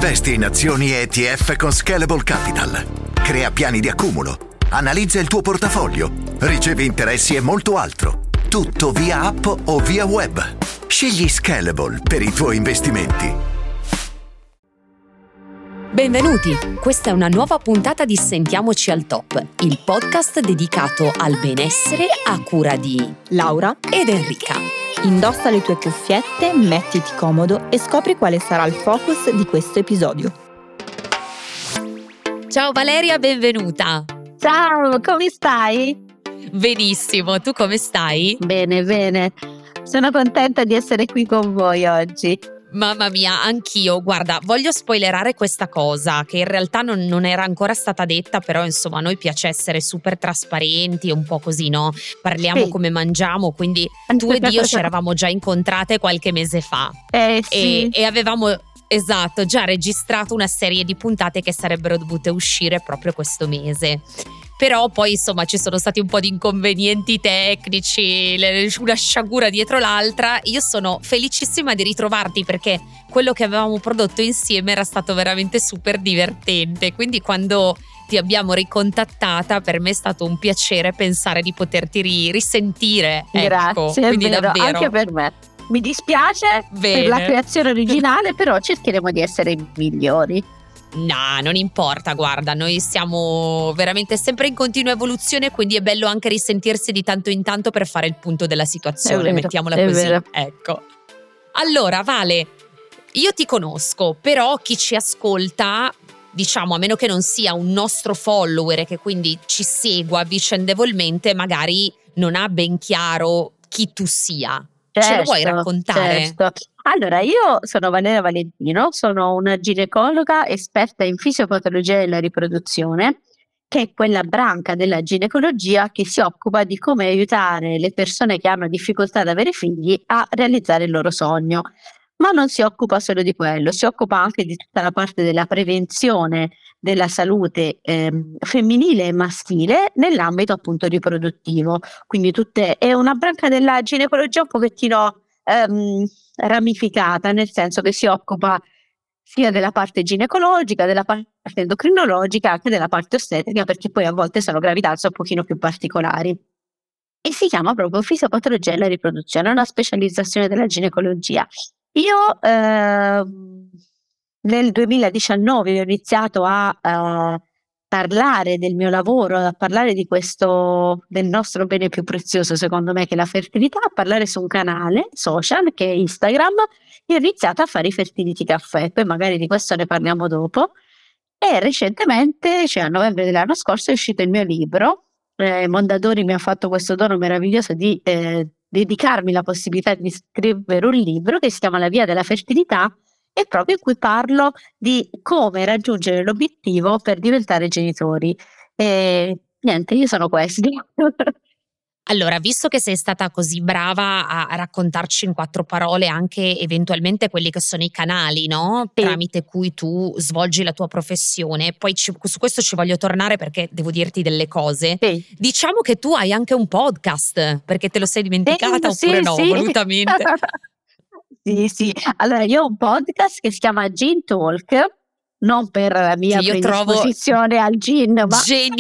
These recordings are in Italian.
Investi in azioni ETF con Scalable Capital. Crea piani di accumulo. Analizza il tuo portafoglio. Ricevi interessi e molto altro. Tutto via app o via web. Scegli Scalable per i tuoi investimenti. Benvenuti, questa è una nuova puntata di Sentiamoci al Top, il podcast dedicato al benessere a cura di Laura ed Enrica. Indossa le tue cuffiette, mettiti comodo e scopri quale sarà il focus di questo episodio. Ciao Valeria, benvenuta. Ciao, come stai? Benissimo, tu come stai? Bene, bene. Sono contenta di essere qui con voi oggi. Mamma mia, anch'io. Guarda, voglio spoilerare questa cosa che in realtà non era ancora stata detta, però insomma a noi piace essere super trasparenti, un po' così, no? Parliamo come mangiamo, quindi tu ed io ci eravamo già incontrate qualche mese fa. Sì. E avevamo, esatto, già registrato una serie di puntate che sarebbero dovute uscire proprio questo mese. Però poi insomma ci sono stati un po' di inconvenienti tecnici, una sciagura dietro l'altra. Io sono felicissima di ritrovarti perché quello che avevamo prodotto insieme era stato veramente super divertente. Quindi quando ti abbiamo ricontattata per me è stato un piacere pensare di poterti risentire. Grazie, quindi è vero, davvero. anche per me. Mi dispiace per la creazione originale, però cercheremo di essere migliori. No, non importa, guarda, noi siamo veramente sempre in continua evoluzione, quindi è bello anche risentirsi di tanto in tanto per fare il punto della situazione, Vero, mettiamola così. Vero. Ecco. Allora, Vale, io ti conosco, però chi ci ascolta, diciamo, a meno che non sia un nostro follower e che quindi ci segua vicendevolmente, magari non ha ben chiaro chi tu sia. Ce lo vuoi raccontare? Certo. Allora, io sono Valeria Valentino, sono una ginecologa esperta in fisiopatologia della riproduzione, che è quella branca della ginecologia che si occupa di come aiutare le persone che hanno difficoltà ad avere figli a realizzare il loro sogno. Ma non si occupa solo di quello, si occupa anche di tutta la parte della prevenzione della salute femminile e maschile nell'ambito appunto riproduttivo. Quindi è una branca della ginecologia un pochettino ramificata, nel senso che si occupa sia della parte ginecologica, della parte endocrinologica, anche della parte ostetrica, perché poi a volte sono gravidanze un pochino più particolari. E si chiama proprio fisiopatologia della riproduzione, è una specializzazione della ginecologia. Io nel 2019 ho iniziato a parlare del mio lavoro, a parlare di del nostro bene più prezioso secondo me, che è la fertilità, a parlare su un canale social che è Instagram, e ho iniziato a fare i Fertility Caffè, poi magari di questo ne parliamo dopo. E recentemente, cioè a novembre dell'anno scorso, è uscito il mio libro. Mondadori mi ha fatto questo dono meraviglioso di dedicarmi la possibilità di scrivere un libro che si chiama La via della fertilità, e proprio in cui parlo di come raggiungere l'obiettivo per diventare genitori. E niente, io sono questi. Allora, visto che sei stata così brava a raccontarci in 4 parole anche eventualmente quelli che sono i canali, no? Sì. Tramite cui tu svolgi la tua professione, poi su questo ci voglio tornare perché devo dirti delle cose. Sì. Diciamo che tu hai anche un podcast, perché te lo sei dimenticata oppure no, Sì. volutamente? Sì. Allora, io ho un podcast che si chiama Gin Talk, non per la mia Che io trovo predisposizione al gin, ma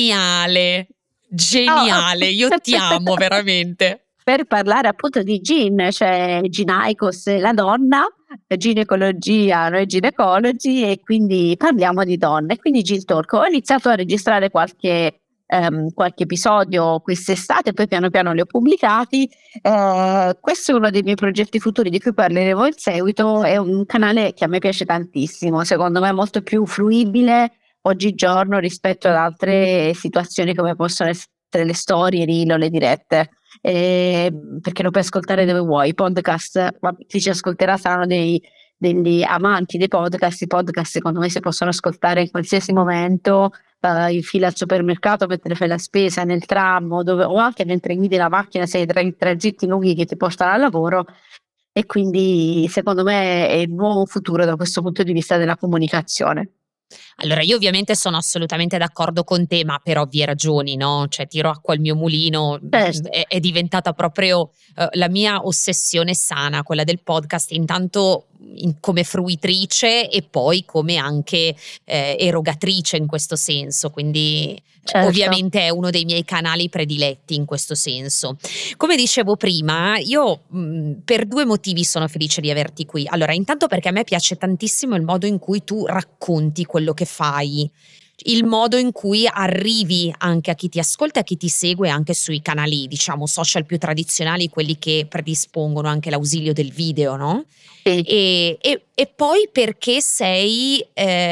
Geniale, io ti amo veramente. per parlare appunto di gin, cioè Ginaicos, la donna, ginecologia, noi ginecologi, e quindi parliamo di donne. Quindi Gin Talk. Ho iniziato a registrare qualche episodio quest'estate, poi piano piano li ho pubblicati. Questo è uno dei miei progetti futuri di cui parleremo in seguito. È un canale che a me piace tantissimo, secondo me è molto più fruibile oggigiorno rispetto ad altre situazioni come possono essere le storie, i reel o le dirette, perché lo puoi ascoltare dove vuoi. I podcast, chi ci ascolterà saranno degli amanti dei podcast. I podcast secondo me si possono ascoltare in qualsiasi momento, in fila al supermercato mentre fai la spesa, nel tram o anche mentre guidi la macchina, se hai tragitti lunghi che ti portano al lavoro. E quindi secondo me è il nuovo futuro da questo punto di vista della comunicazione. Allora, io ovviamente sono assolutamente d'accordo con te, ma per ovvie ragioni, no? Cioè, tiro acqua al mio mulino, Certo, è diventata proprio la mia ossessione sana, quella del podcast, intanto come fruitrice e poi come anche erogatrice in questo senso, quindi certo. ovviamente è uno dei miei canali prediletti in questo senso. Come dicevo prima, io per due motivi sono felice di averti qui. Allora, intanto perché a me piace tantissimo il modo in cui tu racconti quello che fai, il modo in cui arrivi anche a chi ti ascolta e a chi ti segue anche sui canali, diciamo, social più tradizionali, quelli che predispongono anche l'ausilio del video, no? Sì, E poi perché sei,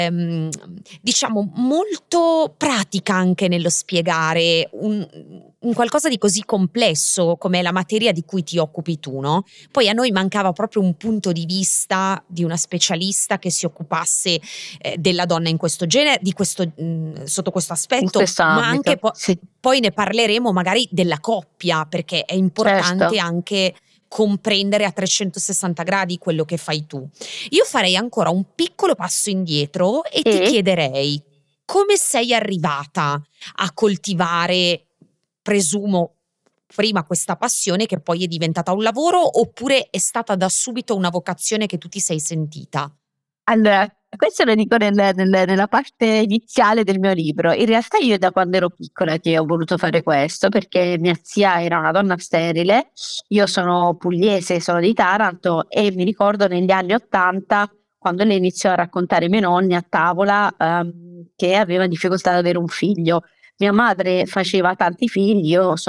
diciamo, molto pratica anche nello spiegare un qualcosa di così complesso come la materia di cui ti occupi tu, no? Poi a noi mancava proprio un punto di vista di una specialista che si occupasse della donna in questo genere, di questo, sotto questo in aspetto, questo ma anche ambito, sì, poi ne parleremo magari della coppia, perché è importante certo. anche comprendere a 360 gradi quello che fai tu. Io farei ancora un piccolo passo indietro e ti E chiederei come sei arrivata a coltivare, presumo, prima questa passione che poi è diventata un lavoro, oppure è stata da subito una vocazione che tu ti sei sentita? allora, questo lo dico nella parte iniziale del mio libro. In realtà io da quando ero piccola che ho voluto fare questo, perché mia zia era una donna sterile, io sono pugliese, sono di Taranto e mi ricordo negli anni '80 quando lei iniziò a raccontare ai miei nonni a tavola, che aveva difficoltà ad avere un figlio. Mia madre faceva tanti figli,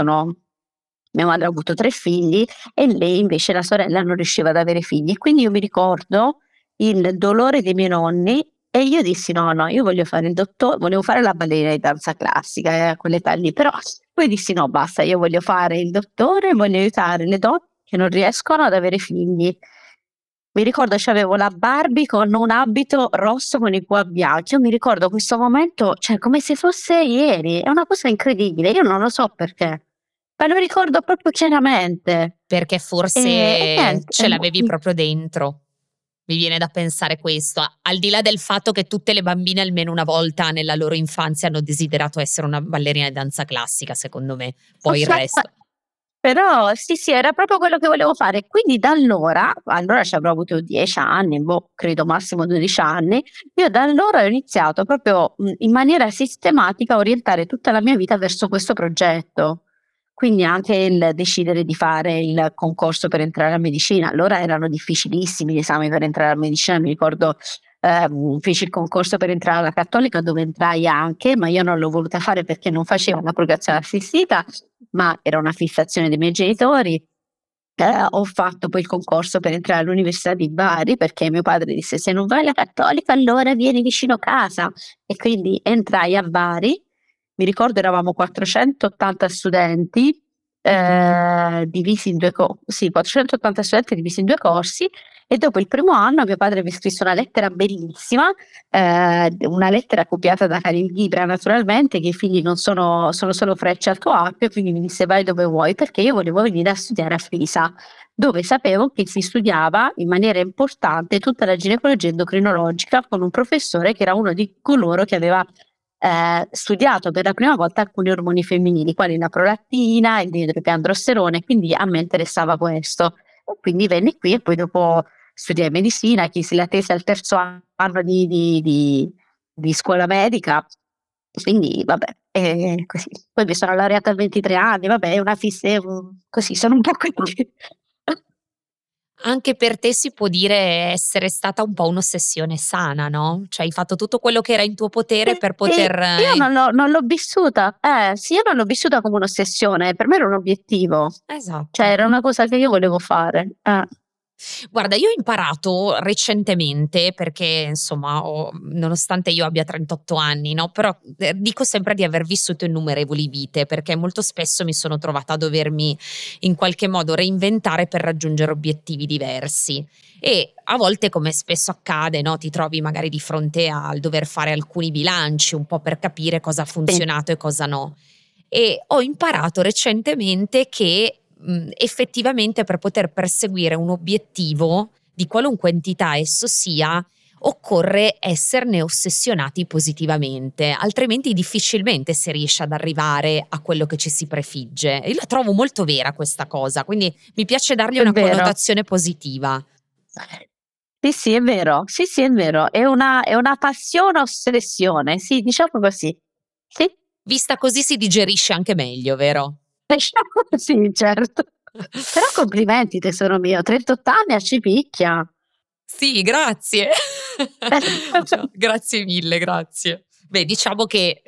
mia madre ha avuto 3 figli e lei invece la sorella non riusciva ad avere figli. Quindi io mi ricordo il dolore dei miei nonni e io dissi: "No, no, io voglio fare il volevo fare la ballerina di danza classica, a quell'età lì, però poi dissi: "No, basta, io voglio fare il dottore e voglio aiutare le donne che non riescono ad avere figli". Mi ricordo c'avevo la Barbie con un abito rosso con i qua bianchi. Io mi ricordo questo momento, cioè come se fosse ieri, è una cosa incredibile, io non lo so perché, ma lo ricordo proprio chiaramente. Perché E forse niente, ce l'avevi proprio dentro. Mi viene da pensare questo, al di là del fatto che tutte le bambine almeno una volta nella loro infanzia hanno desiderato essere una ballerina di danza classica, secondo me, poi il resto. però sì, sì, era proprio quello che volevo fare. Quindi da allora ci avrò avuto 10 anni, boh, credo massimo 12 anni, io da allora ho iniziato proprio, in maniera sistematica a orientare tutta la mia vita verso questo progetto. Quindi anche il decidere di fare il concorso per entrare a medicina, allora erano difficilissimi gli esami per entrare a medicina, mi ricordo, feci il concorso per entrare alla Cattolica dove entrai anche, ma io non l'ho voluta fare perché non facevo una progressione assistita, ma era una fissazione dei miei genitori. Ho fatto poi il concorso per entrare all'Università di Bari perché mio padre disse: "Se non vai alla Cattolica allora vieni vicino casa", e quindi entrai a Bari. Mi ricordo eravamo 480 studenti, divisi in 2 sì, 480 studenti divisi in 2 corsi e dopo il primo anno mio padre mi scrisse una lettera bellissima, una lettera copiata da Khalil Gibran naturalmente, che i figli non sono solo frecce al tuo arco, e quindi mi disse: "Vai dove vuoi", perché io volevo venire a studiare a Pisa, dove sapevo che si studiava in maniera importante tutta la ginecologia endocrinologica con un professore che era uno di coloro che aveva studiato per la prima volta alcuni ormoni femminili, quali la prolattina, il dihidropiandrosterone, quindi a me interessava questo. E quindi venni qui e poi dopo studiai medicina, chiesi la tesi al terzo anno di scuola medica, quindi vabbè, così. Poi mi sono laureata a 23 anni, vabbè, è una così, sono un po' così. Anche per te si può dire essere stata un po' un'ossessione sana, no, cioè hai fatto tutto quello che era in tuo potere per Sì, poter io non l'ho vissuta sì, io non l'ho vissuta come un'ossessione, per me era un obiettivo. Cioè esatto. era una cosa che io volevo fare. Guarda, io ho imparato recentemente perché insomma nonostante io abbia 38 anni, no, però, dico sempre di aver vissuto innumerevoli vite, perché molto spesso mi sono trovata a dovermi in qualche modo reinventare per raggiungere obiettivi diversi. E a volte, come spesso accade, no, ti trovi magari di fronte al dover fare alcuni bilanci, un po' per capire cosa ha Sì, funzionato e cosa no. E ho imparato recentemente che, effettivamente per poter perseguire un obiettivo, di qualunque entità esso sia, occorre esserne ossessionati positivamente, altrimenti difficilmente si riesce ad arrivare a quello che ci si prefigge. Io la trovo molto vera questa cosa, quindi mi piace dargli È una vero. connotazione positiva. Sì, sì, è vero. Sì, sì, è vero. È una passione ossessione. Sì, diciamo così. Sì. Vista così si digerisce anche meglio, vero? Diciamo così, certo. Però complimenti tesoro mio, 38 anni a ci picchia. Sì, grazie. No, grazie mille, grazie. Beh, diciamo che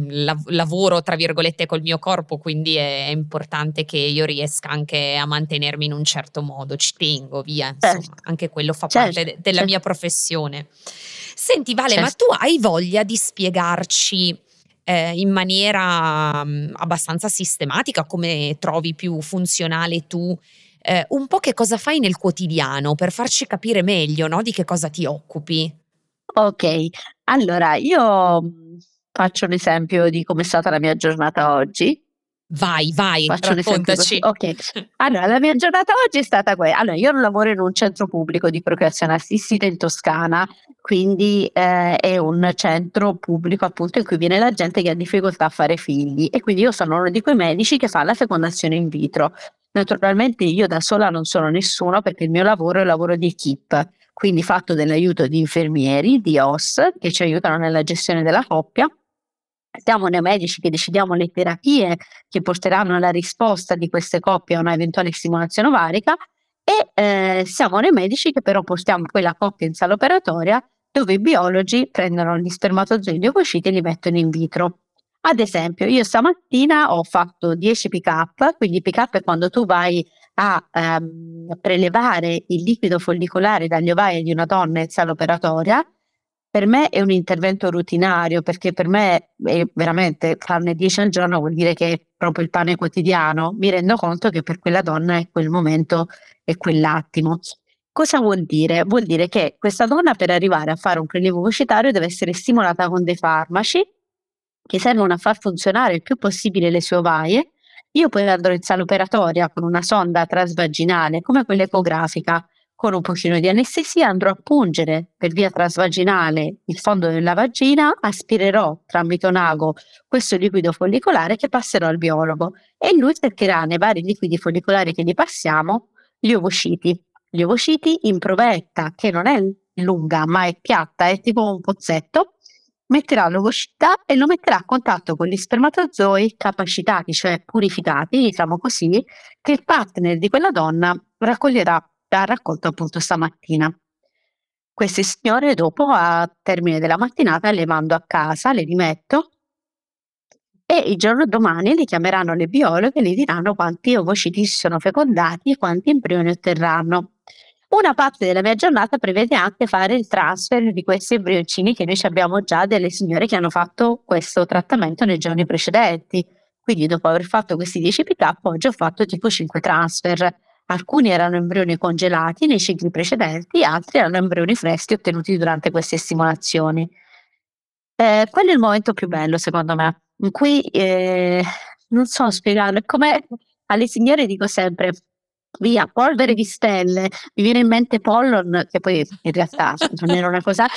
lavoro tra virgolette col mio corpo, quindi è importante che io riesca anche a mantenermi in un certo modo, ci tengo, via, insomma, Certo, anche quello fa parte certo, della cer mia professione. Senti Vale, ma tu certo. hai voglia di spiegarci in maniera abbastanza sistematica come trovi più funzionale tu un po' che cosa fai nel quotidiano per farci capire meglio, no, di che cosa ti occupi? Okay, allora io, faccio un esempio di com'è stata la mia giornata oggi. Vai, vai, Faccio un esempio così, raccontaci. okay. Allora, la mia giornata oggi è stata allora io lavoro in un centro pubblico di procreazione assistita in Toscana, quindi, è un centro pubblico appunto in cui viene la gente che ha difficoltà a fare figli e quindi io sono uno di quei medici che fa la fecondazione in vitro. Naturalmente io da sola non sono nessuno perché il mio lavoro è un lavoro di equipe, quindi fatto dell'aiuto di infermieri, di OS che ci aiutano nella gestione della coppia. Siamo noi medici che decidiamo le terapie che porteranno alla risposta di queste coppie a una eventuale stimolazione ovarica e, siamo noi medici che però portiamo poi la coppia in sala operatoria dove i biologi prendono gli spermatozoi e gli ovociti e li mettono in vitro. Ad esempio, io stamattina ho fatto 10 pick up, quindi pick up è quando tu vai a, prelevare il liquido follicolare dagli ovari di una donna in sala operatoria. Per me è un intervento rutinario, perché per me è veramente farne 10 al giorno vuol dire che è proprio il pane quotidiano. Mi rendo conto che per quella donna è quel momento, è quell'attimo. Cosa vuol dire? Vuol dire che questa donna per arrivare a fare un prelievo ovocitario deve essere stimolata con dei farmaci che servono a far funzionare il più possibile le sue ovaie. Io poi andrò in sala operatoria con una sonda transvaginale come quella ecografica con un pochino di anestesia andrò a pungere per via trasvaginale il fondo della vagina, aspirerò tramite un ago questo liquido follicolare che passerò al biologo e lui cercherà nei vari liquidi follicolari che gli passiamo gli ovociti. Gli ovociti in provetta, che non è lunga ma è piatta, è tipo un pozzetto, metterà l'ovocità e lo metterà a contatto con gli spermatozoi capacitati, cioè purificati, diciamo così, che il partner di quella donna raccoglierà ha raccolto appunto stamattina. Queste signore dopo, a termine della mattinata, le mando a casa, le rimetto e il giorno domani le chiameranno le biologhe e le diranno quanti ovociti si sono fecondati e quanti embrioni otterranno. Una parte della mia giornata prevede anche fare il transfer di questi embrioncini che noi ci abbiamo già delle signore che hanno fatto questo trattamento nei giorni precedenti. Quindi dopo aver fatto questi 10 pick-up oggi ho fatto tipo 5 transfer. Alcuni erano embrioni congelati nei cicli precedenti, altri erano embrioni freschi ottenuti durante queste stimolazioni. Quello è il momento più bello secondo me, in cui, non so spiegarlo, è come alle signore dico sempre: "Via, polvere di stelle", mi viene in mente Pollon, che poi in realtà non era una cosa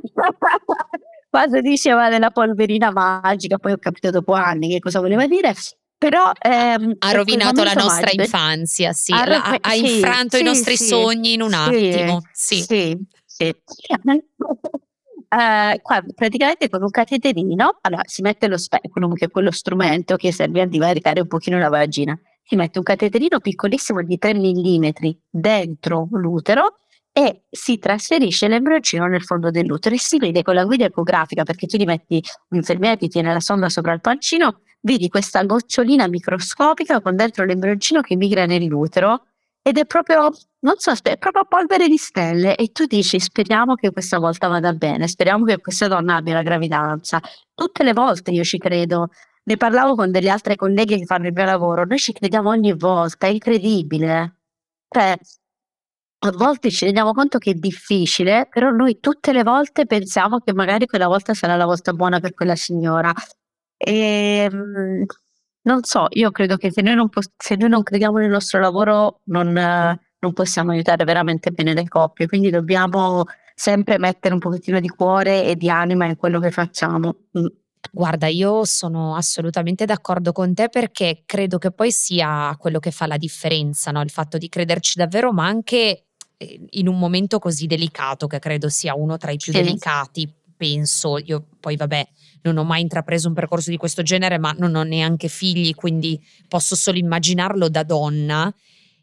quando diceva della polverina magica, poi ho capito dopo anni che cosa voleva dire, però, Ha è quel rovinato la momento nostra magico. infanzia, sì, Ha ro ha sì, infranto i sì, nostri sì, sogni in un sì, attimo, sì. sì, sì. Qua praticamente con un cateterino, allora si mette lo speculum, che è quello strumento che serve a divaricare un pochino la vagina. Si mette un cateterino piccolissimo di 3 millimetri dentro l'utero e si trasferisce l'embrioncino nel fondo dell'utero e si vede con la guida ecografica, perché tu gli metti un infermiere ti tiene la sonda sopra il pancino, vedi questa gocciolina microscopica con dentro l'embrioncino che migra nell'utero ed è proprio non so, è proprio polvere di stelle e tu dici: "Speriamo che questa volta vada bene, speriamo che questa donna abbia la gravidanza". Tutte le volte io ci credo. Ne parlavo con delle altre colleghe che fanno il mio lavoro, noi ci crediamo ogni volta, è incredibile. Cioè, a volte ci rendiamo conto che è difficile, però noi tutte le volte pensiamo che magari quella volta sarà la volta buona per quella signora. Non so, io credo che se noi non crediamo nel nostro lavoro non possiamo aiutare veramente bene le coppie, quindi dobbiamo sempre mettere un pochettino di cuore e di anima in quello che facciamo. Guarda, io sono assolutamente d'accordo con te perché credo che poi sia quello che fa la differenza, no? Il fatto di crederci davvero, ma anche in un momento così delicato, che credo sia uno tra i più Sì, delicati, penso. Io poi, vabbè, non ho mai intrapreso un percorso di questo genere, ma non ho neanche figli, quindi posso solo immaginarlo da donna.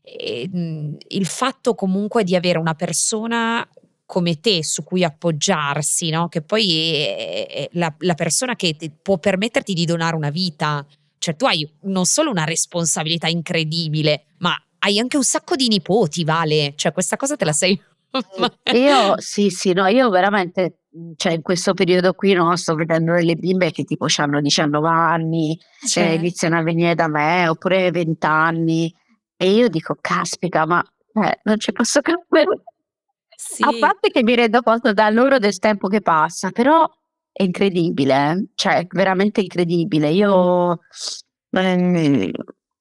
Il fatto comunque di avere una persona come te su cui appoggiarsi, no, che poi è la persona che ti può permetterti di donare una vita. Cioè tu hai non solo una responsabilità incredibile, ma hai anche un sacco di nipoti, Vale. Cioè questa cosa te la sei io sì, sì, no, io veramente, cioè in questo periodo qui, no, sto vedendo delle bimbe che tipo c'hanno 19 anni, Cioè iniziano a venire da me, oppure 20 anni, e io dico: "Caspita, ma non ci posso credere". A sì. parte che mi rendo conto da loro del tempo che passa, però è incredibile, cioè è veramente incredibile. Io, ehm,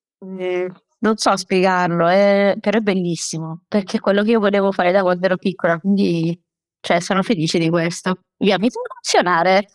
non so spiegarlo, però è bellissimo, perché è quello che io volevo fare da quando ero piccola, quindi cioè sono felice di questo. Via, mi fa emozionare.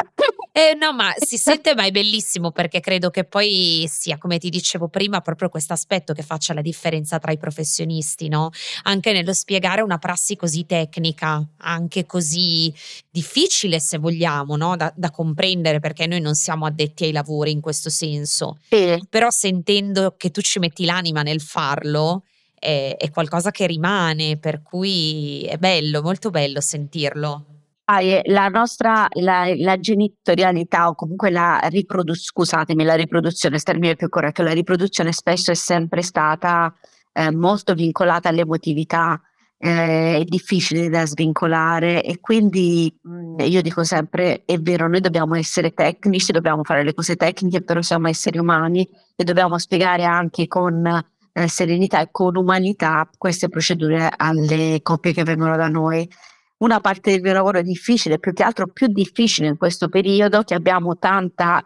No, ma si sente, ma è bellissimo perché credo che poi sia, come ti dicevo prima, proprio questo aspetto che faccia la differenza tra i professionisti, no, anche nello spiegare una prassi così tecnica, anche così difficile se vogliamo, no, da comprendere perché noi non siamo addetti ai lavori in questo senso. Sì. Però sentendo che tu ci metti l'anima nel farlo, è qualcosa che rimane, per cui è bello, molto bello sentirlo. La nostra la genitorialità o comunque scusatemi, la riproduzione, è il termine più corretto, la riproduzione spesso è sempre stata, molto vincolata all'emotività, è difficile da svincolare e quindi, io dico sempre: "È vero, noi dobbiamo essere tecnici, dobbiamo fare le cose tecniche, però siamo esseri umani e dobbiamo spiegare anche con, serenità e con umanità queste procedure alle coppie che vengono da noi." Una parte del mio lavoro è difficile, più che altro più difficile in questo periodo che abbiamo tanta,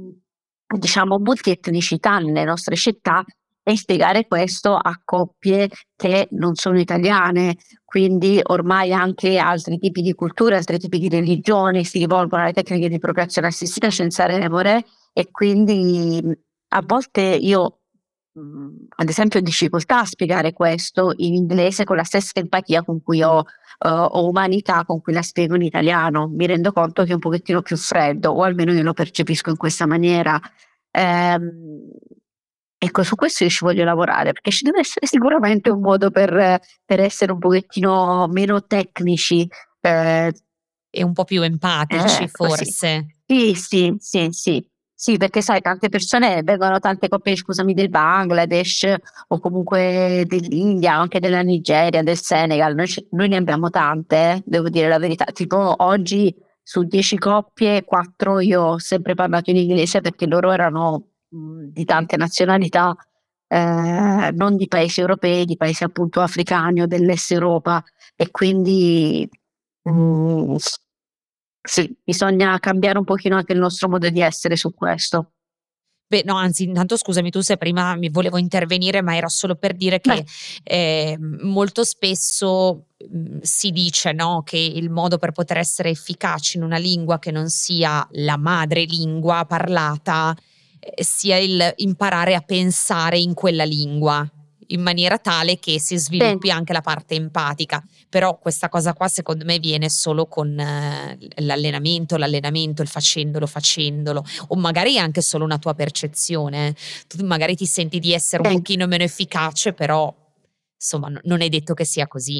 diciamo multietnicità nelle nostre città, e spiegare questo a coppie che non sono italiane, quindi ormai anche altri tipi di culture, altri tipi di religioni si rivolgono alle tecniche di procreazione assistita senza remore e quindi, a volte io, ad esempio ho difficoltà a spiegare questo in inglese con la stessa empatia con cui ho umanità con cui la spiego in italiano. Mi rendo conto che è un pochettino più freddo, o almeno io lo percepisco in questa maniera. Ehm, ecco, su questo io ci voglio lavorare, perché ci deve essere sicuramente un modo per essere un pochettino meno tecnici, ehm E un po' più empatici così. forse. Sì, sì, sì, sì. Sì, perché sai tante persone vengono tante coppie, scusami, del Bangladesh o comunque dell'India, anche della Nigeria, del Senegal, noi ne abbiamo tante devo dire la verità. Tipo oggi su 10 coppie, 4 io ho sempre parlato in inglese perché loro erano, di tante nazionalità, non di paesi europei, di paesi appunto africani o dell'Est Europa e quindi, s sì, bisogna cambiare un pochino anche il nostro modo di essere su questo. Beh, no, anzi, intanto scusami tu se prima mi volevo intervenire, ma era solo per dire Beh, che, molto spesso, si dice, no, che il modo per poter essere efficaci in una lingua che non sia la madrelingua parlata, sia il imparare a pensare in quella lingua, in maniera tale che si sì, sviluppi anche la parte empatica. Però questa cosa qua secondo me viene solo con l'allenamento, il facendolo, o magari è anche solo una tua percezione. Tu magari ti senti di essere un sì, pochino meno efficace, però insomma non è detto che sia così.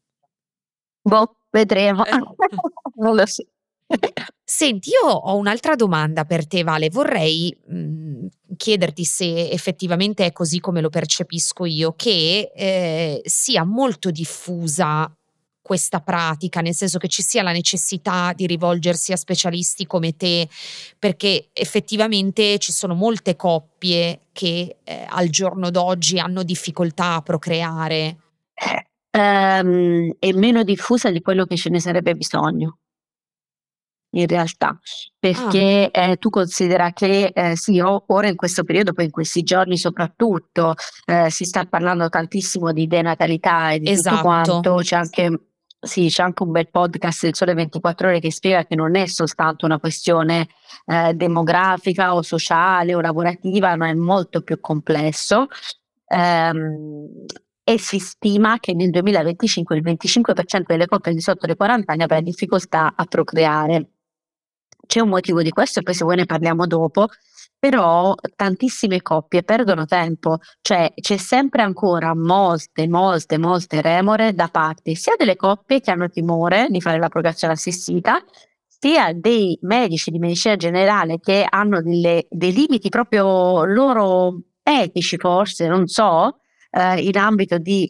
boh, vedremo. Eh. Non lo so. Senti, io ho un'altra domanda per te, Vale. Vorrei, chiederti se effettivamente è così come lo percepisco io, che, sia molto diffusa questa pratica, nel senso che ci sia la necessità di rivolgersi a specialisti come te, perché effettivamente ci sono molte coppie che, al giorno d'oggi hanno difficoltà a procreare. È meno diffusa di quello che ce ne sarebbe bisogno. In realtà, Ah, perché, tu considera che, sì, ora in questo periodo, poi in questi giorni soprattutto, si sta parlando tantissimo di denatalità e di tutto esatto. quanto, c'è anche sì, c'è anche un bel podcast del Sole 24 Ore che spiega che non è soltanto una questione demografica o sociale o lavorativa, ma è molto più complesso. Ehm, e si stima che nel 2025 il 25% delle coppie di sotto i 40 anni avrà difficoltà a procreare. C'è un motivo di questo e poi se vuoi ne parliamo dopo, però tantissime coppie perdono tempo, cioè c'è sempre ancora molte remore da parte sia delle coppie che hanno timore di fare la procreazione assistita, sia dei medici di medicina generale che hanno dei limiti proprio loro etici forse, non so, in ambito di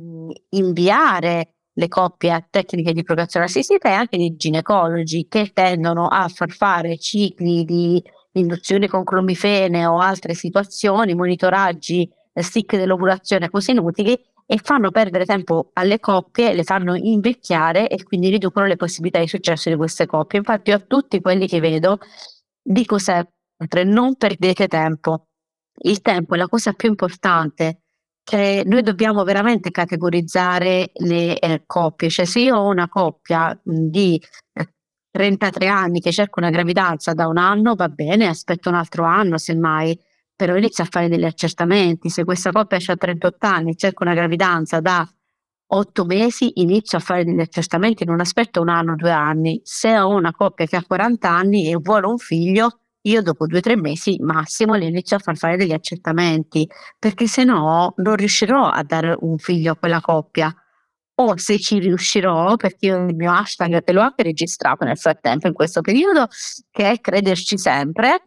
inviare le coppie a tecniche di procreazione assistita e anche di ginecologi che tendono a far fare cicli di induzione con clomifene o altre situazioni, monitoraggi, stick dell'ovulazione così inutili e fanno perdere tempo alle coppie, le fanno invecchiare e quindi riducono le possibilità di successo di queste coppie. Infatti io a tutti quelli che vedo dico sempre: non perdete tempo. Il tempo è la cosa più importante, che noi dobbiamo veramente categorizzare le coppie. Cioè se io ho una coppia di 33 anni che cerca una gravidanza da 1 anno, va bene, aspetto un altro anno semmai, però inizio a fare degli accertamenti. Se questa coppia c'ha 38 anni e cerca una gravidanza da 8 mesi, inizio a fare degli accertamenti, non aspetto 1 anno, 2 anni. Se ho una coppia che ha 40 anni e vuole un figlio, io dopo 2-3 mesi massimo le inizio a far fare degli accertamenti, perché se no non riuscirò a dare un figlio a quella coppia. O se ci riuscirò, perché io il mio hashtag te l'ho anche registrato nel frattempo in questo periodo, che è crederci sempre.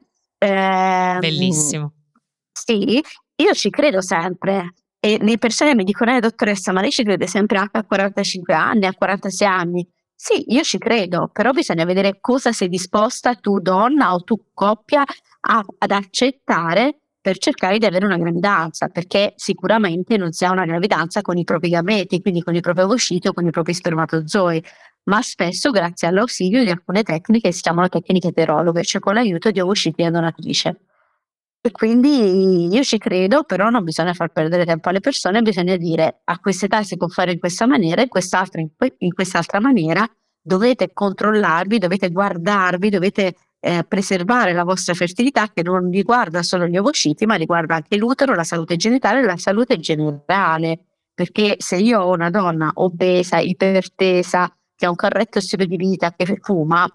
Ehm, Bellissimo. sì, io ci credo sempre e le persone mi dicono: dottoressa, ma lei ci crede sempre anche a 45 anni, a 46 anni?" Sì, io ci credo, però bisogna vedere cosa sei disposta tu donna o tu coppia ad accettare per cercare di avere una gravidanza, perché sicuramente non si ha una gravidanza con i propri gameti, quindi con i propri ovociti o con i propri spermatozoi, ma spesso grazie all'ausilio di alcune tecniche che si chiamano tecniche eterologhe, cioè con l'aiuto di ovociti e donatrice. E quindi io ci credo, però non bisogna far perdere tempo alle persone, bisogna dire: a quest'età si può fare in questa maniera, in quest'altra in quest'altra maniera, dovete controllarvi, dovete guardarvi, dovete preservare la vostra fertilità che non riguarda solo gli ovociti, ma riguarda anche l'utero, la salute genitale e la salute generale. Perché se io ho una donna obesa, ipertesa, che ha un corretto stile di vita, che fuma,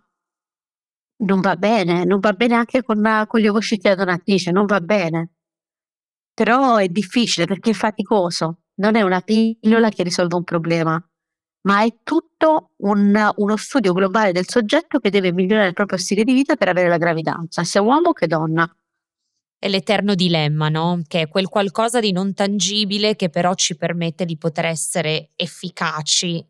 non va bene anche con gli ovociti da donatrice, non va bene. Però è difficile perché è faticoso, non è una pillola che risolve un problema, ma è tutto uno studio globale del soggetto che deve migliorare il proprio stile di vita per avere la gravidanza, sia uomo che donna. È l'eterno dilemma, no, che è quel qualcosa di non tangibile che però ci permette di poter essere efficaci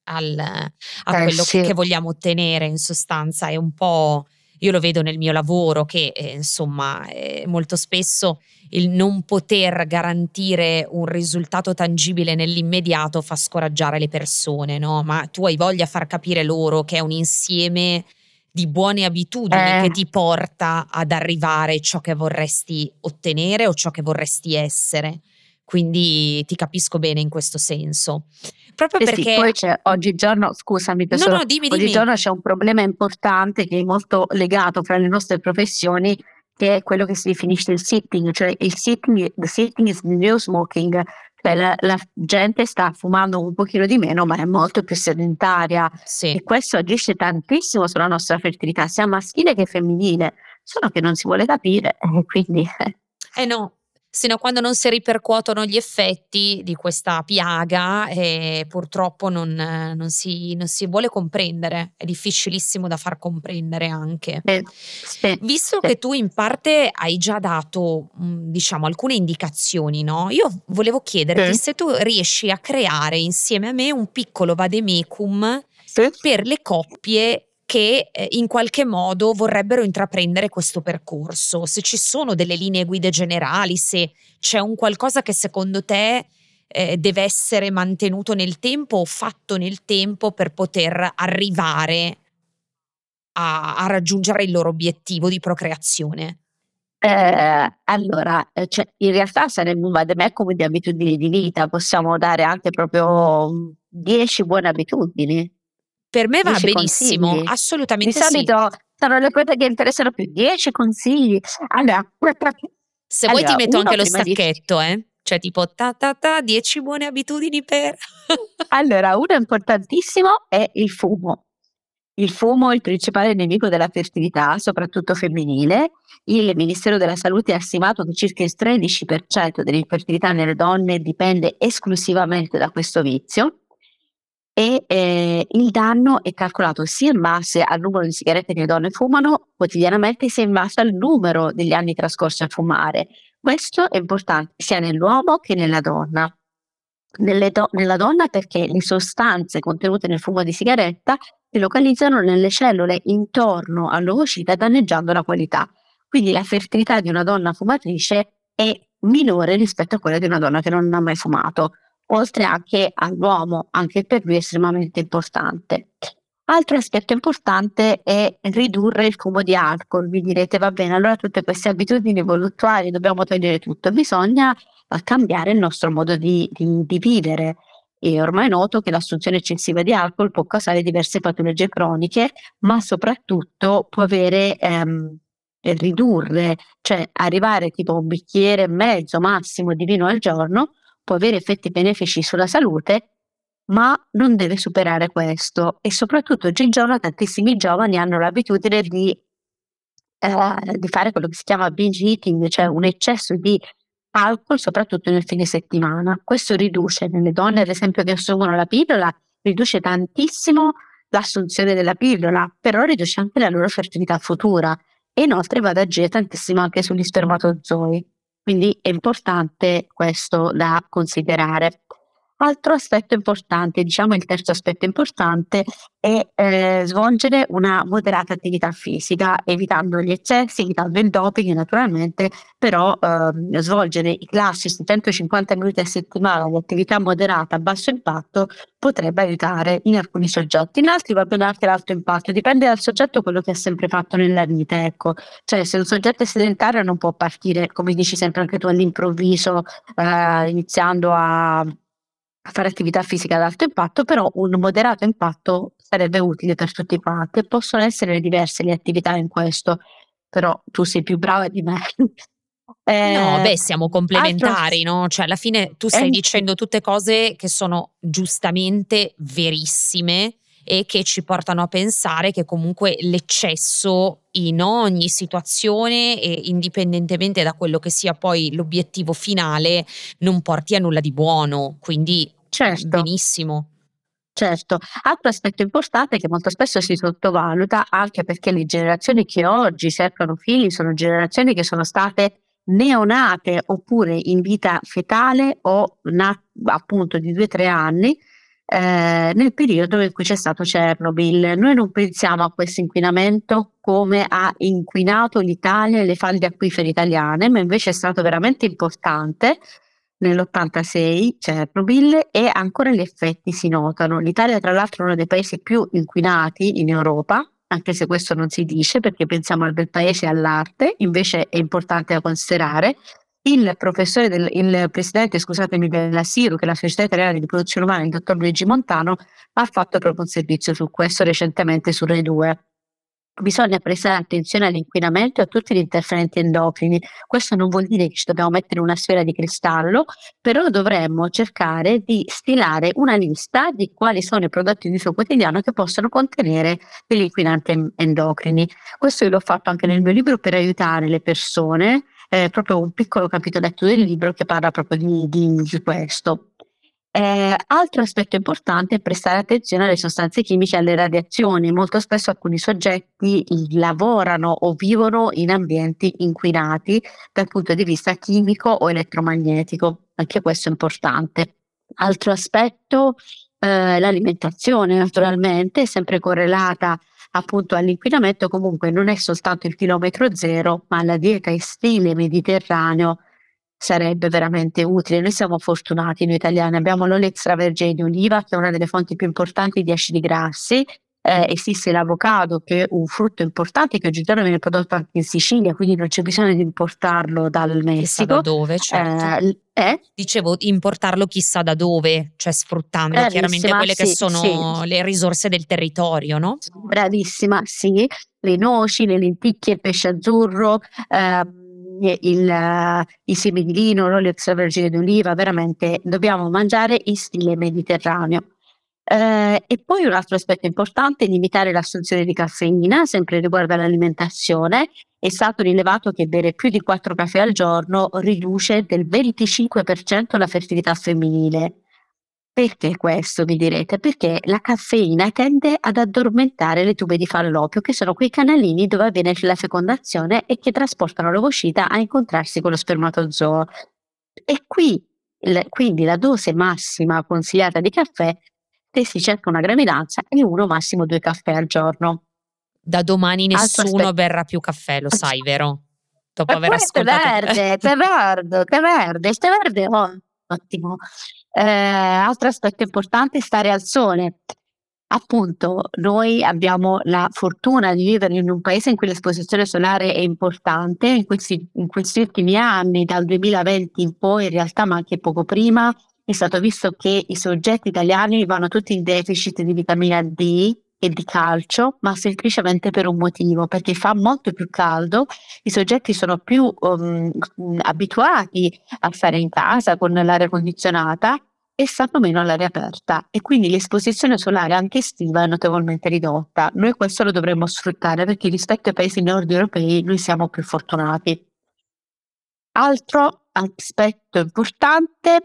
a quello Sì. che vogliamo ottenere in sostanza. È un po', io lo vedo nel mio lavoro che, insomma, molto spesso il non poter garantire un risultato tangibile nell'immediato fa scoraggiare le persone, no, ma tu hai voglia far capire loro che è un insieme di buone abitudini Eh, che ti porta ad arrivare a ciò che vorresti ottenere o ciò che vorresti essere. Quindi ti capisco bene in questo senso. Proprio sì, perché poi c'è oggigiorno, scusami no, tesoro, no, dimmi, dimmi. oggigiorno c'è un problema importante che è molto legato fra le nostre professioni, che è quello che si definisce il sitting, cioè the sitting is the new smoking, cioè la gente sta fumando un pochino di meno, ma è molto più sedentaria Sì. e questo agisce tantissimo sulla nostra fertilità, sia maschile che femminile, solo che non si vuole capire, quindi Eh no, sino a quando non si ripercuotono gli effetti di questa piaga, purtroppo non si vuole comprendere. È difficilissimo da far comprendere anche. sì, Visto sì. che tu in parte hai già dato, diciamo alcune indicazioni, no, io volevo chiederti Sì, se tu riesci a creare insieme a me un piccolo vademecum sì. per le coppie che, in qualche modo vorrebbero intraprendere questo percorso. Se ci sono delle linee guida generali, se c'è un qualcosa che secondo te, deve essere mantenuto nel tempo o fatto nel tempo per poter arrivare a raggiungere il loro obiettivo di procreazione. Allora, cioè, in realtà sarebbe un vademecum di abitudini di vita, possiamo dare anche proprio 10 buone abitudini, Per me va 10 benissimo, consigli. Di assolutamente sì. solito sono le cose che interessano più, 10 consigli. Allora, Se vuoi ti allora metto uno anche lo prima di stacchetto, cioè tipo ta ta ta 10 buone abitudini per allora, uno importantissimo è il fumo. Il fumo è il principale nemico della fertilità, soprattutto femminile. Il Ministero della Salute ha stimato che circa il 13% dell'infertilità nelle donne dipende esclusivamente da questo vizio e il danno è calcolato sia in base al numero di sigarette che le donne fumano quotidianamente, sia in base al numero degli anni trascorsi a fumare. Questo è importante sia nell'uomo che nella donna. Nella donna perché le sostanze contenute nel fumo di sigaretta si localizzano nelle cellule intorno all'ovocita danneggiando la qualità. Quindi la fertilità di una donna fumatrice è minore rispetto a quella di una donna che non ha mai fumato, oltre anche all'uomo, anche per lui è estremamente importante. Altro aspetto importante è ridurre il fumo di alcol. Vi direte, va bene, allora tutte queste abitudini voluttuali dobbiamo togliere tutto. Bisogna cambiare il nostro modo di vivere. È ormai noto che l'assunzione eccessiva di alcol può causare diverse patologie croniche, ma soprattutto può ridurre, cioè arrivare tipo a un bicchiere e mezzo massimo di vino al giorno, può avere effetti benefici sulla salute, ma non deve superare questo. E soprattutto oggigiorno tantissimi giovani hanno l'abitudine di fare quello che si chiama binge eating, cioè un eccesso di alcol soprattutto nel fine settimana. Questo riduce nelle donne, ad esempio, che assumono la pillola, riduce tantissimo l'assunzione della pillola, però riduce anche la loro fertilità futura e inoltre va ad agire tantissimo anche sugli spermatozoi. Quindi è importante questo da considerare. Altro aspetto importante, diciamo il terzo aspetto importante, è svolgere una moderata attività fisica, evitando gli eccessi, evitando il doping naturalmente, però svolgere i classici 150 minuti a settimana di attività moderata a basso impatto potrebbe aiutare in alcuni soggetti, in altri va bene anche l'alto impatto, dipende dal soggetto quello che ha sempre fatto nella vita, ecco. Cioè se un soggetto è sedentario non può partire, come dici sempre anche tu, all'improvviso, iniziando a fare attività fisica ad alto impatto, però un moderato impatto sarebbe utile per tutti quanti e possono essere diverse le attività in questo, però tu sei più brava di me. No, Ehm, beh, siamo altro complementari, no, cioè alla fine tu stai sì, dicendo tutte cose che sono giustamente verissime e che ci portano a pensare che comunque l'eccesso in ogni situazione e indipendentemente da quello che sia poi l'obiettivo finale non porti a nulla di buono, quindi certo. benissimo. Certo, altro aspetto importante che molto spesso si sottovaluta, anche perché le generazioni che oggi cercano figli sono generazioni che sono state neonate oppure in vita fetale o appunto di 2-3 anni nel periodo in cui c'è stato Chernobyl. Noi non pensiamo a questo inquinamento come ha inquinato l'Italia e le falde acquifere italiane, ma invece è stato veramente importante nell'86 Chernobyl e ancora gli effetti si notano. L'Italia tra l'altro è uno dei paesi più inquinati in Europa, anche se questo non si dice perché pensiamo al bel paese e all'arte, invece è importante da considerare. Il presidente, scusatemi, della SIRU, che è la Società Italiana di Riproduzione Umana, il dottor Luigi Montano, ha fatto proprio un servizio su questo recentemente su Rai 2. Bisogna prestare attenzione all'inquinamento e a tutti gli interferenti endocrini. Questo non vuol dire che ci dobbiamo mettere in una sfera di cristallo, però dovremmo cercare di stilare una lista di quali sono i prodotti di uso quotidiano che possono contenere degli inquinanti endocrini. Questo io l'ho fatto anche nel mio libro per aiutare le persone, proprio un piccolo capitoletto del libro che parla proprio di questo. Altro aspetto importante è prestare attenzione alle sostanze chimiche e alle radiazioni. Molto spesso alcuni soggetti lavorano o vivono in ambienti inquinati dal punto di vista chimico o elettromagnetico. Anche questo è importante. Altro aspetto, l'alimentazione naturalmente è sempre correlata appunto all'inquinamento, comunque non è soltanto il chilometro zero, ma la dieta in stile mediterraneo sarebbe veramente utile. Noi siamo fortunati, noi italiani, abbiamo l'olio extravergine di oliva, che è una delle fonti più importanti di acidi grassi, esiste l'avocado, che è un frutto importante che oggigiorno viene prodotto anche in Sicilia, quindi non c'è bisogno di importarlo dal Chissà da Messico. dove, certo. Dicevo, importarlo chissà da dove, cioè sfruttando chiaramente Bravissima, quelle che sì, sì. sono le risorse del territorio, no? Bravissima, sì, le noci, le lenticchie, il pesce azzurro, i semi di lino, l'olio extravergine d'oliva, veramente dobbiamo mangiare in stile mediterraneo. E poi un altro aspetto importante è limitare l'assunzione di caffeina, sempre riguardo all'alimentazione. È stato rilevato che bere più di 4 caffè al giorno riduce del 25% la fertilità femminile. Perché questo, mi direte? Perché la caffeina tende ad addormentare le tube di Falloppio, che sono quei canalini dove avviene la fecondazione e che trasportano l'ovocita a incontrarsi con lo spermatozoo. E qui, quindi la dose massima consigliata di caffè, se si cerca una gravidanza, è 1 massimo 2 caffè al giorno. Da domani Altro nessuno aspetto. berrà più caffè, lo sai, vero? Dopo aver Eppure tè ascoltato verde, tè verde, tè verde, il tè verde è ottimo. Altro aspetto importante è stare al sole. Appunto, noi abbiamo la fortuna di vivere in un paese in cui l'esposizione solare è importante. In questi ultimi anni, dal 2020 in poi, in realtà, ma anche poco prima, è stato visto che i soggetti italiani vanno tutti in deficit di vitamina D e di calcio, ma semplicemente per un motivo, perché fa molto più caldo, i soggetti sono più abituati a stare in casa con l'aria condizionata e stanno meno all'aria aperta, e quindi l'esposizione solare anche estiva è notevolmente ridotta. Noi questo lo dovremmo sfruttare, perché rispetto ai paesi nord europei noi siamo più fortunati. Altro aspetto importante,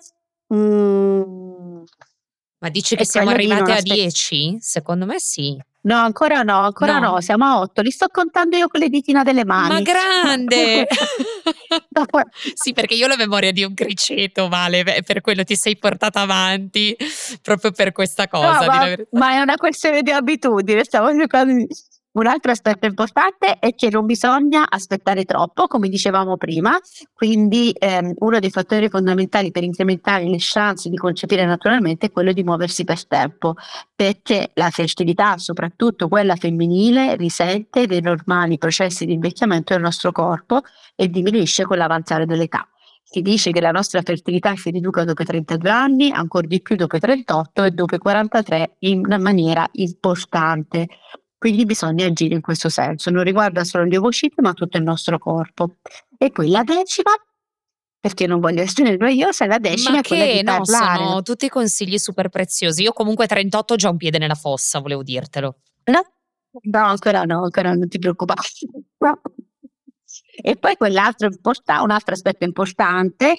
Ma dici che è siamo quello di non arrivate a aspe 10? Secondo me sì. no, ancora no, No? siamo a 8, li sto contando io con le ditina delle Ma mani. grande! Dopo Sì, perché io ho la memoria di un criceto, Vale, per quello ti sei portata avanti, proprio per questa no, cosa, di la ma verità. ma è una questione di abitudine, stiamo cercando di un altro aspetto importante è che non bisogna aspettare troppo, come dicevamo prima, quindi, uno dei fattori fondamentali per incrementare le chance di concepire naturalmente è quello di muoversi per tempo, perché la fertilità, soprattutto quella femminile, risente dei normali processi di invecchiamento del nostro corpo e diminuisce con l'avanzare dell'età. Si dice che la nostra fertilità si riduca dopo i 32 anni, ancor di più dopo i 38 e dopo i 43 in una maniera importante. Quindi bisogna agire in questo senso, non riguarda solo gli ovociti, ma tutto il nostro corpo. E poi la decima, perché non voglio essere noiosa, la Ma decima è quella di che no, parlare. sono tutti consigli super preziosi. Io comunque 38 ho già un piede nella fossa, volevo dirtelo. No, no, ancora no, ancora non ti preoccupare. No. E poi un altro aspetto importante,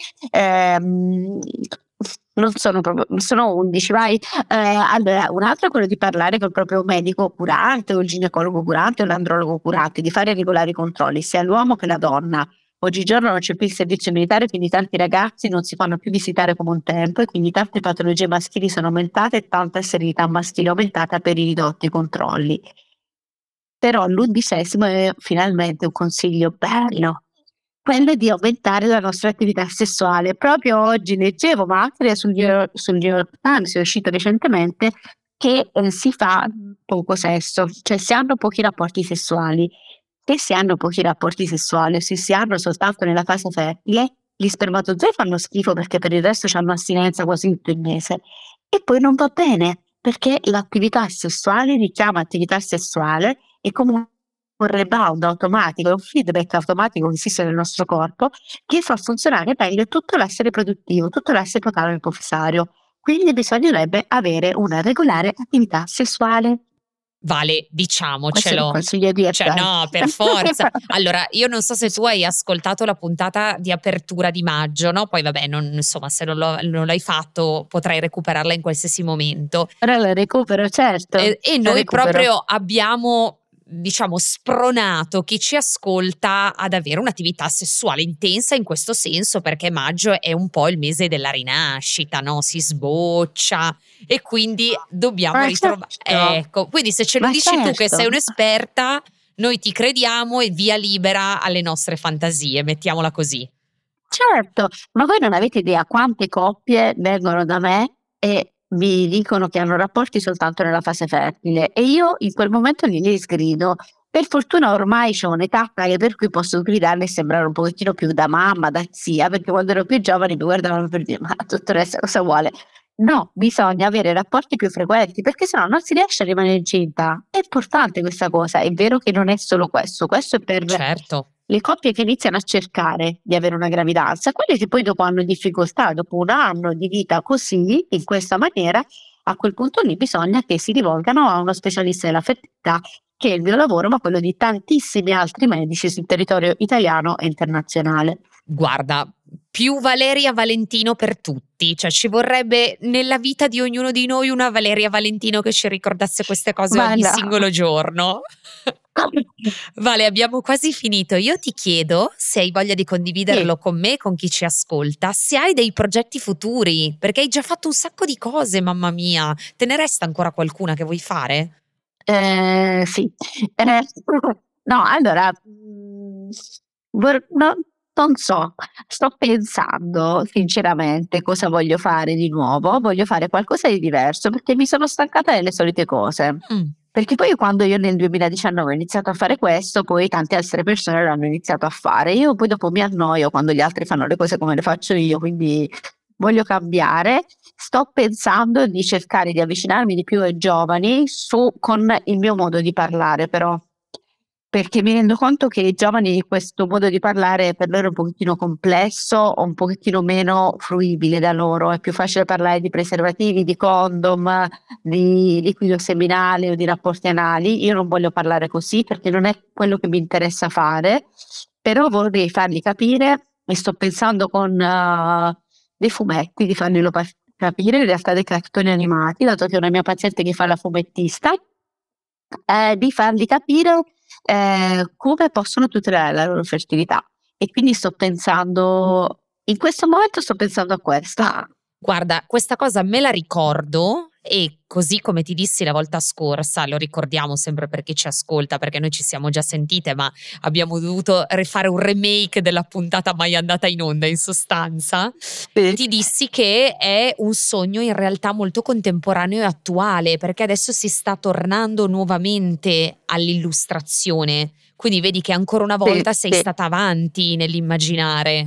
sono 11, vai. Allora, un altro è quello di parlare col proprio medico curante o il ginecologo curante o l'andrologo curante, di fare regolari controlli, sia l'uomo che la donna. Oggigiorno non c'è più il servizio militare, quindi tanti ragazzi non si fanno più visitare come un tempo, e quindi tante patologie maschili sono aumentate e tanta sterilità maschile è aumentata per i ridotti controlli. Però l'11° è finalmente un consiglio bello, quello di aumentare la nostra attività sessuale. Proprio oggi leggevo, ma anche sul New York Times è uscito recentemente, che si fa poco sesso, cioè si hanno pochi rapporti sessuali. Se si hanno pochi rapporti sessuali, se si hanno soltanto nella fase fertile, gli spermatozoi fanno schifo, perché per il resto c'hanno astinenza quasi tutto il mese. E poi non va bene, perché l'attività sessuale richiama attività sessuale, e come un rebound automatico, è un feedback automatico che esiste nel nostro corpo, che fa funzionare meglio tutto l'asse riproduttivo, tutto l'asse ipotálamo ipofisario. Quindi bisognerebbe avere una regolare attività sessuale. Vale, Questo è il diciamocelo. consiglio di Cioè, Epstein. no, per forza. Allora, io non so se tu hai ascoltato la puntata di apertura di maggio, no? Poi vabbè, insomma, se non l'hai fatto, potrai recuperarla in qualsiasi momento. Ora la recupero, certo, E la noi recupero. proprio abbiamo, diciamo, spronato chi ci ascolta ad avere un'attività sessuale intensa in questo senso, perché maggio è un po' il mese della rinascita, no? Si sboccia e quindi dobbiamo Ma ritrovare. certo, Ecco, quindi se ce lo ma dici tu che sei certo. un'esperta, noi ti crediamo e via libera alle nostre fantasie, mettiamola così. Certo, ma voi non avete idea quante coppie vengono da me e mi dicono che hanno rapporti soltanto nella fase fertile e io in quel momento li sgrido. Per fortuna ormai c'ho un'età tale per cui posso sgridarli e sembrare un pochettino più da mamma, da zia, perché quando ero più giovane mi guardavano per dire: "Ma dottoressa cosa vuole?" No, bisogna avere rapporti più frequenti perché sennò non si riesce a rimanere incinta. È importante questa cosa, è vero che non è solo questo è per Certo. le coppie che iniziano a cercare di avere una gravidanza, quelle che poi dopo hanno difficoltà, dopo 1 anno di vita così, in questa maniera, a quel punto lì bisogna che si rivolgano a uno specialista della fertilità, che è il mio lavoro, ma quello di tantissimi altri medici sul territorio italiano e internazionale. Guarda, più Valeria Valentino per tutti, cioè ci vorrebbe nella vita di ognuno di noi una Valeria Valentino che ci ricordasse queste cose Ma ogni no. singolo giorno. Vale, abbiamo quasi finito. Io ti chiedo se hai voglia di condividerlo con me, con chi ci ascolta, se hai dei progetti futuri, perché hai già fatto un sacco di cose, mamma mia. Te ne resta ancora qualcuna che vuoi fare? Sì. No, allora, non so, sto pensando sinceramente cosa voglio fare di nuovo. Voglio fare qualcosa di diverso perché mi sono stancata delle solite cose. Mm. Perché poi quando io nel 2019 ho iniziato a fare questo, poi tante altre persone l'hanno iniziato a fare. Io poi dopo mi annoio quando gli altri fanno le cose come le faccio io, quindi voglio cambiare. Sto pensando di cercare di avvicinarmi di più ai giovani con il mio modo di parlare però, perché mi rendo conto che i giovani questo modo di parlare per loro è un pochettino complesso o un pochettino meno fruibile da loro. È più facile parlare di preservativi, di condom, di liquido seminale o di rapporti anali. Io non voglio parlare così perché non è quello che mi interessa fare, però vorrei fargli capire e sto pensando con dei fumetti di farglielo capire, in realtà dei cartoni animati, dato che è una mia paziente che fa la fumettista, di fargli capire come possono tutelare la loro fertilità. E quindi sto pensando in questo momento sto pensando a questa. Guarda, questa cosa me la ricordo e così come ti dissi la volta scorsa, lo ricordiamo sempre per chi ci ascolta, perché noi ci siamo già sentite, ma abbiamo dovuto rifare un remake della puntata mai andata in onda in sostanza. Sì. Ti dissi che è un sogno in realtà molto contemporaneo e attuale, perché adesso si sta tornando nuovamente all'illustrazione. Quindi vedi che ancora una volta sei Sì. stata avanti nell'immaginare.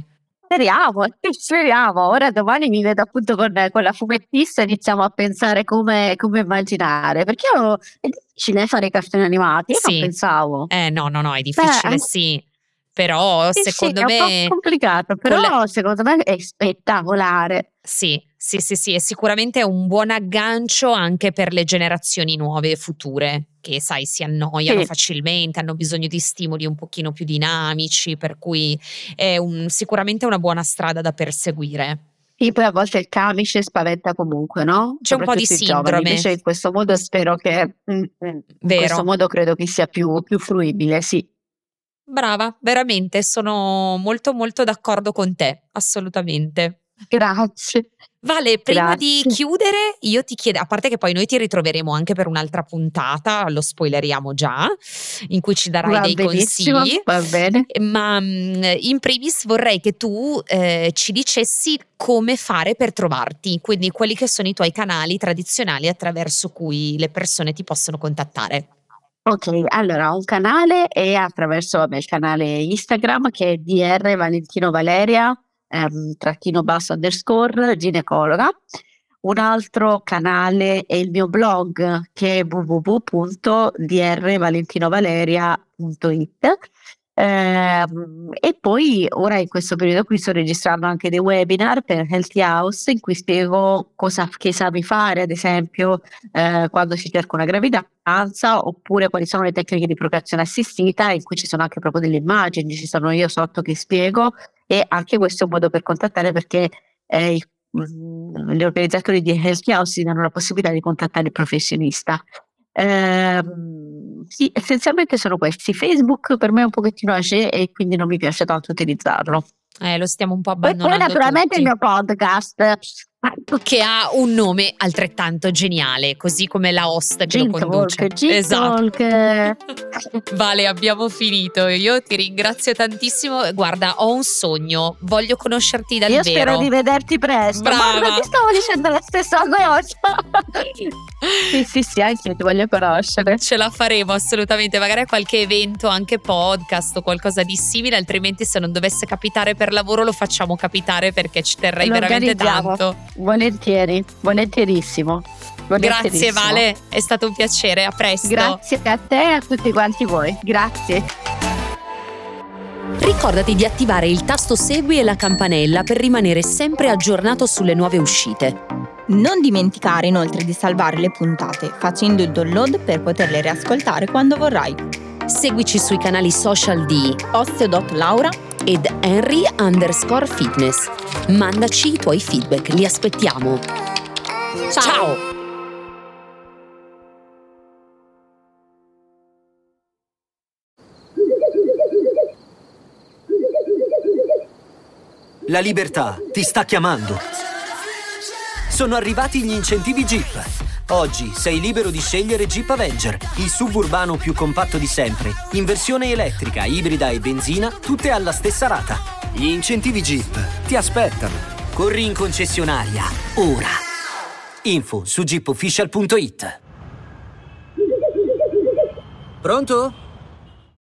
Speriamo. Ora domani mi vedo appunto con la fumettista e iniziamo a pensare come immaginare, perché è difficile fare i cartoni animati, io non Sì. pensavo. No, è difficile sì, però Sì, secondo è un po' me complicato, con la però secondo me è spettacolare. sì, e sicuramente è un buon aggancio anche per le generazioni nuove e future, che sai si annoiano Sì. facilmente, hanno bisogno di stimoli un pochino più dinamici, per cui è sicuramente una buona strada da perseguire. Sì, poi a volte il camice spaventa comunque, no, C'è un po' di soprattutto i giovani. sindrome, Invece in questo modo spero che in questo vero? modo credo che sia più fruibile, sì. Brava, veramente sono molto, molto d'accordo con te, assolutamente. Grazie, Vale, prima di grazie. chiudere io ti chiedo, a parte che poi noi ti ritroveremo anche per un'altra puntata, lo spoileriamo già, in cui ci darai Va dei benissimo, consigli, va bene. ma in primis vorrei che tu ci dicessi come fare per trovarti, quindi quelli che sono i tuoi canali tradizionali attraverso cui le persone ti possono contattare. Okay, allora ho un canale e attraverso vabbè il canale Instagram che è dr Valentino Valeria, trattino basso underscore ginecologa. Un altro canale è il mio blog che è www.drvalentinovaleria.it. E poi ora in questo periodo qui sto registrando anche dei webinar per Healthy House in cui spiego che esami fare, ad esempio, quando si cerca una gravidanza, oppure quali sono le tecniche di procreazione assistita, in cui ci sono anche proprio delle immagini, ci sono io sotto che spiego e anche questo è un modo per contattare perché, gli organizzatori di Healthy House ti danno la possibilità di contattare il professionista. Sì, essenzialmente sono questi. Facebook per me è un pochettino âgé e quindi non mi piace tanto utilizzarlo. Lo stiamo un po' Poi abbandonando naturalmente il tutti. mio podcast. che ha un nome altrettanto geniale, così come la host che lo conduce. Vale, abbiamo finito. Io ti ringrazio tantissimo. Guarda, ho un sogno, voglio conoscerti dal Io vero. spero di vederti presto. Brava. Ma ti stavo dicendo la stessa cosa. Sì, anche io ti voglio conoscere. Ce la faremo assolutamente, magari a qualche evento, anche podcast o qualcosa di simile, altrimenti se non dovesse capitare per lavoro lo facciamo capitare, perché ci terrei veramente tanto. Volentierissimo. Grazie Vale, è stato un piacere, a presto. Grazie a te e a tutti quanti voi. Grazie. Ricordati di attivare il tasto segui e la campanella per rimanere sempre aggiornato sulle nuove uscite. Non dimenticare inoltre di salvare le puntate facendo il download per poterle riascoltare quando vorrai. Seguici sui canali social di Osteo.Laura ed Henry_Fitness. Mandaci i tuoi feedback, li aspettiamo. Ciao! La libertà ti sta chiamando. Sono arrivati gli incentivi Jeep. Oggi sei libero di scegliere Jeep Avenger, il suburbano più compatto di sempre, in versione elettrica, ibrida e benzina, tutte alla stessa rata. Gli incentivi Jeep ti aspettano. Corri in concessionaria, ora. Info su jeepofficial.it. Pronto?